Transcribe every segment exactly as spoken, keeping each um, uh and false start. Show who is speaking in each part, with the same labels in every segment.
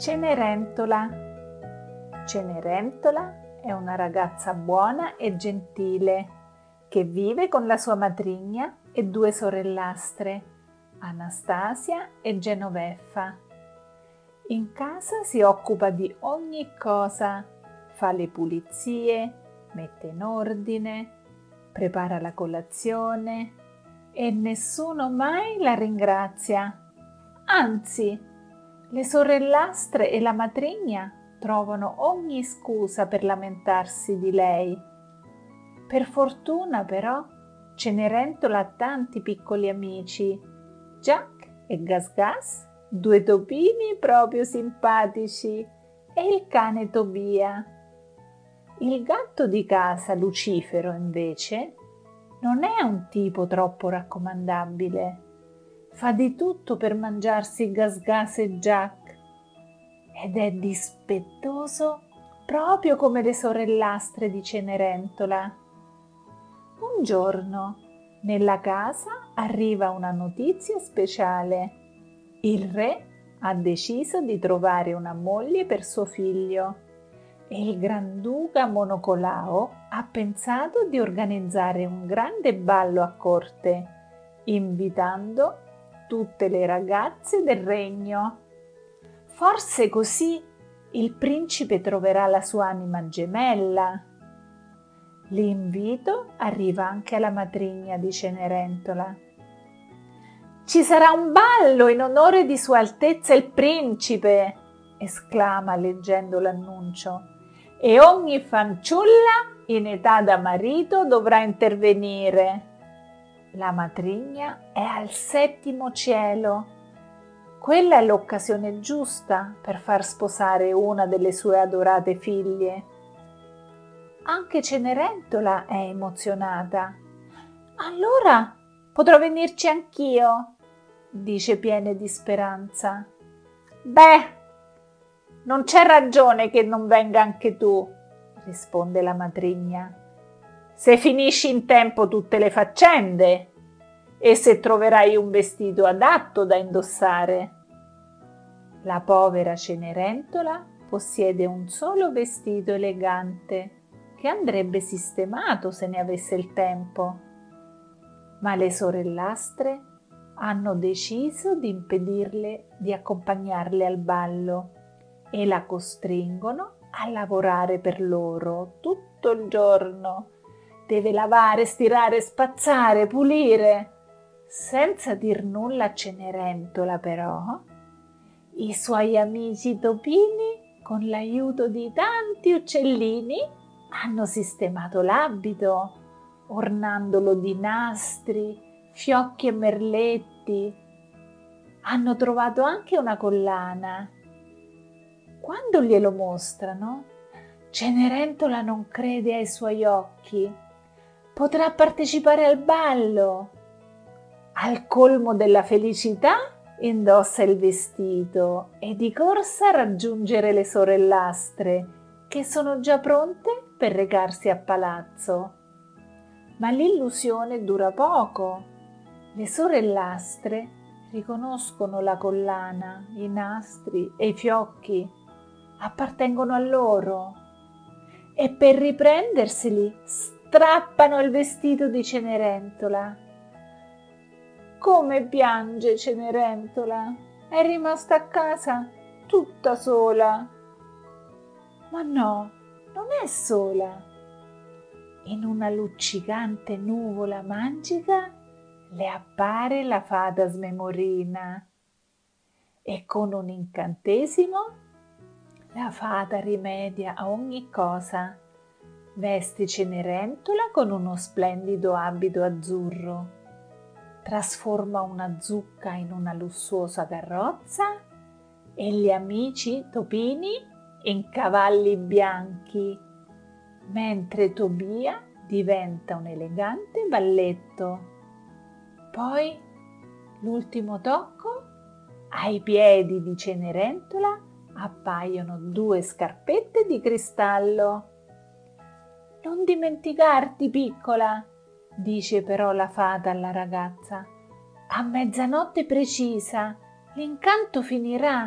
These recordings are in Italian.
Speaker 1: Cenerentola. Cenerentola è una ragazza buona e gentile che vive con la sua matrigna e due sorellastre, Anastasia e Genoveffa. In casa si occupa di ogni cosa, fa le pulizie, mette in ordine, prepara la colazione e nessuno mai la ringrazia. Anzi, le sorellastre e la matrigna trovano ogni scusa per lamentarsi di lei. Per fortuna però Cenerentola ha tanti piccoli amici, Jack e Gas Gas, due topini proprio simpatici, e il cane Tobia. Il gatto di casa, Lucifero, invece, non è un tipo troppo raccomandabile. Fa di tutto per mangiarsi Gas Gas e Jack ed è dispettoso proprio come le sorellastre di Cenerentola. Un giorno nella casa arriva una notizia speciale. Il re ha deciso di trovare una moglie per suo figlio e il Granduca Monocolao ha pensato di organizzare un grande ballo a corte, invitando tutte le ragazze del regno. Forse così il principe troverà la sua anima gemella. L'invito arriva anche alla matrigna di Cenerentola. «Ci sarà un ballo in onore di Sua Altezza il Principe!» esclama leggendo l'annuncio. «E ogni fanciulla in età da marito dovrà intervenire». La matrigna è al settimo cielo. Quella è l'occasione giusta per far sposare una delle sue adorate figlie. Anche Cenerentola è emozionata. «Allora potrò venirci anch'io», dice piena di speranza. «Beh, non c'è ragione che non venga anche tu», risponde la matrigna, «se finisci in tempo tutte le faccende e se troverai un vestito adatto da indossare». La povera Cenerentola possiede un solo vestito elegante che andrebbe sistemato se ne avesse il tempo, ma le sorellastre hanno deciso di impedirle di accompagnarle al ballo e la costringono a lavorare per loro tutto il giorno. Deve lavare, stirare, spazzare, pulire. Senza dir nulla a Cenerentola, però, i suoi amici topini, con l'aiuto di tanti uccellini, hanno sistemato l'abito, ornandolo di nastri, fiocchi e merletti. Hanno trovato anche una collana. Quando glielo mostrano, Cenerentola non crede ai suoi occhi. Potrà partecipare al ballo. Al colmo della felicità, indossa il vestito e di corsa raggiungere le sorellastre, che sono già pronte per recarsi a palazzo. Ma l'illusione dura poco. Le sorellastre riconoscono la collana, i nastri e i fiocchi. Appartengono a loro e per riprenderseli strappano il vestito di Cenerentola. Come piange Cenerentola! È rimasta a casa tutta sola. Ma no, non è sola. In una luccicante nuvola magica le appare la fata Smemorina e con un incantesimo la fata rimedia a ogni cosa. Veste Cenerentola con uno splendido abito azzurro, trasforma una zucca in una lussuosa carrozza e gli amici topini in cavalli bianchi, mentre Tobia diventa un elegante balletto. Poi, l'ultimo tocco, ai piedi di Cenerentola appaiono due scarpette di cristallo. «Non dimenticarti, piccola», dice però la fata alla ragazza. «A mezzanotte precisa l'incanto finirà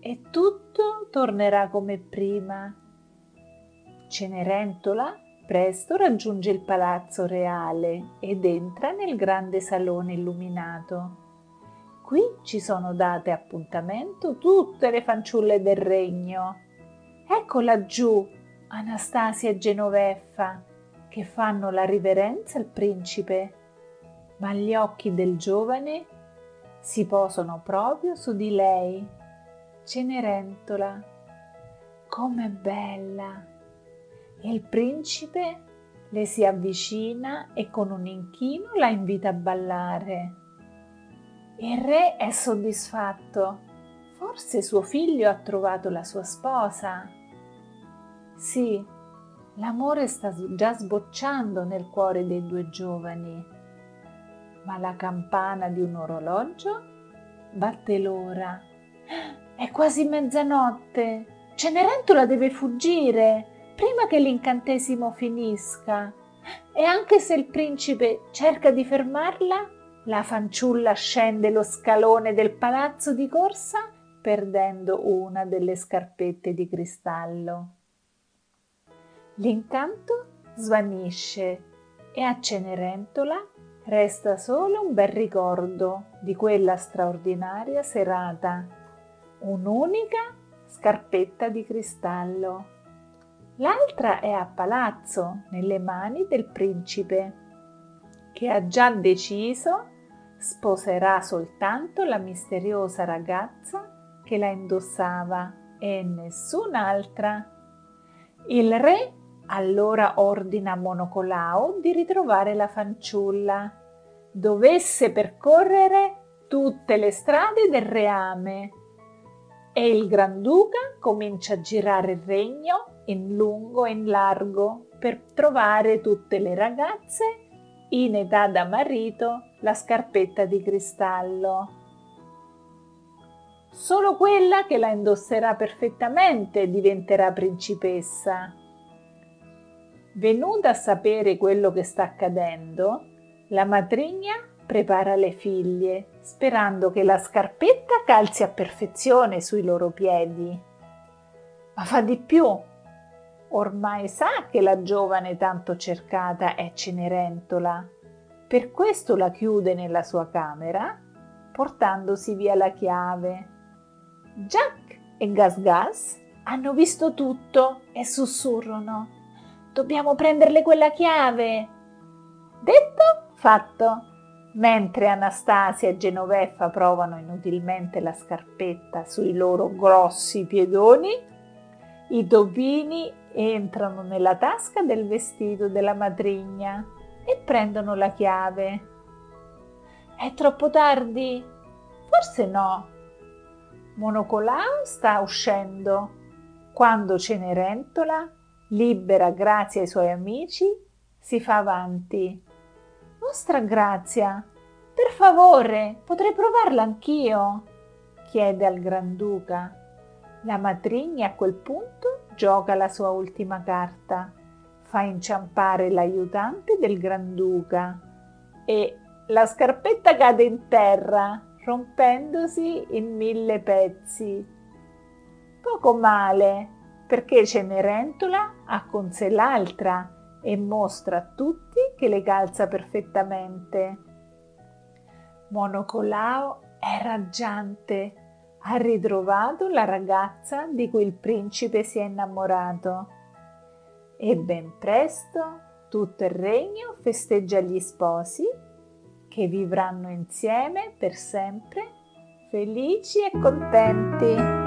Speaker 1: e tutto tornerà come prima. Cenerentola presto raggiunge il palazzo reale ed entra nel grande salone illuminato. Qui ci sono date appuntamento tutte le fanciulle del regno. Ecco laggiù Anastasia e Genoveffa che fanno la riverenza al principe, ma gli occhi del giovane si posano proprio su di lei. Cenerentola, com'è bella! Il principe le si avvicina e con un inchino la invita a ballare. Il re è soddisfatto, forse suo figlio ha trovato la sua sposa. Sì, l'amore sta già sbocciando nel cuore dei due giovani, ma la campana di un orologio batte l'ora. È quasi mezzanotte. Cenerentola deve fuggire prima che l'incantesimo finisca, e anche se il principe cerca di fermarla, la fanciulla scende lo scalone del palazzo di corsa perdendo una delle scarpette di cristallo. L'incanto svanisce e a Cenerentola resta solo un bel ricordo di quella straordinaria serata, un'unica scarpetta di cristallo. L'altra è a palazzo, nelle mani del principe, che ha già deciso sposerà soltanto la misteriosa ragazza che la indossava e nessun'altra. Il re allora ordina a Monocolao di ritrovare la fanciulla. Dovesse percorrere tutte le strade del reame e il Granduca comincia a girare il regno in lungo e in largo per trovare tutte le ragazze in età da marito la scarpetta di cristallo. Solo quella che la indosserà perfettamente diventerà principessa. Venuta a sapere quello che sta accadendo, la matrigna prepara le figlie, sperando che la scarpetta calzi a perfezione sui loro piedi. Ma fa di più. Ormai sa che la giovane tanto cercata è Cenerentola. Per questo la chiude nella sua camera, portandosi via la chiave. Giac e Gas Gas hanno visto tutto e sussurrano: «Dobbiamo prenderle quella chiave!» Detto, fatto. Mentre Anastasia e Genoveffa provano inutilmente la scarpetta sui loro grossi piedoni, i topini entrano nella tasca del vestito della matrigna e prendono la chiave. È troppo tardi? Forse no. Monocolao sta uscendo quando Cenerentola, libera grazie ai suoi amici, si fa avanti. «Vostra Grazia, per favore, potrei provarla anch'io?» chiede al Granduca. La matrigna a quel punto gioca la sua ultima carta, fa inciampare l'aiutante del Granduca e la scarpetta cade in terra, rompendosi in mille pezzi. Poco male, perché Cenerentola ha con sé l'altra e mostra a tutti che le calza perfettamente. Monocolao è raggiante, ha ritrovato la ragazza di cui il principe si è innamorato e ben presto tutto il regno festeggia gli sposi che vivranno insieme per sempre, felici e contenti.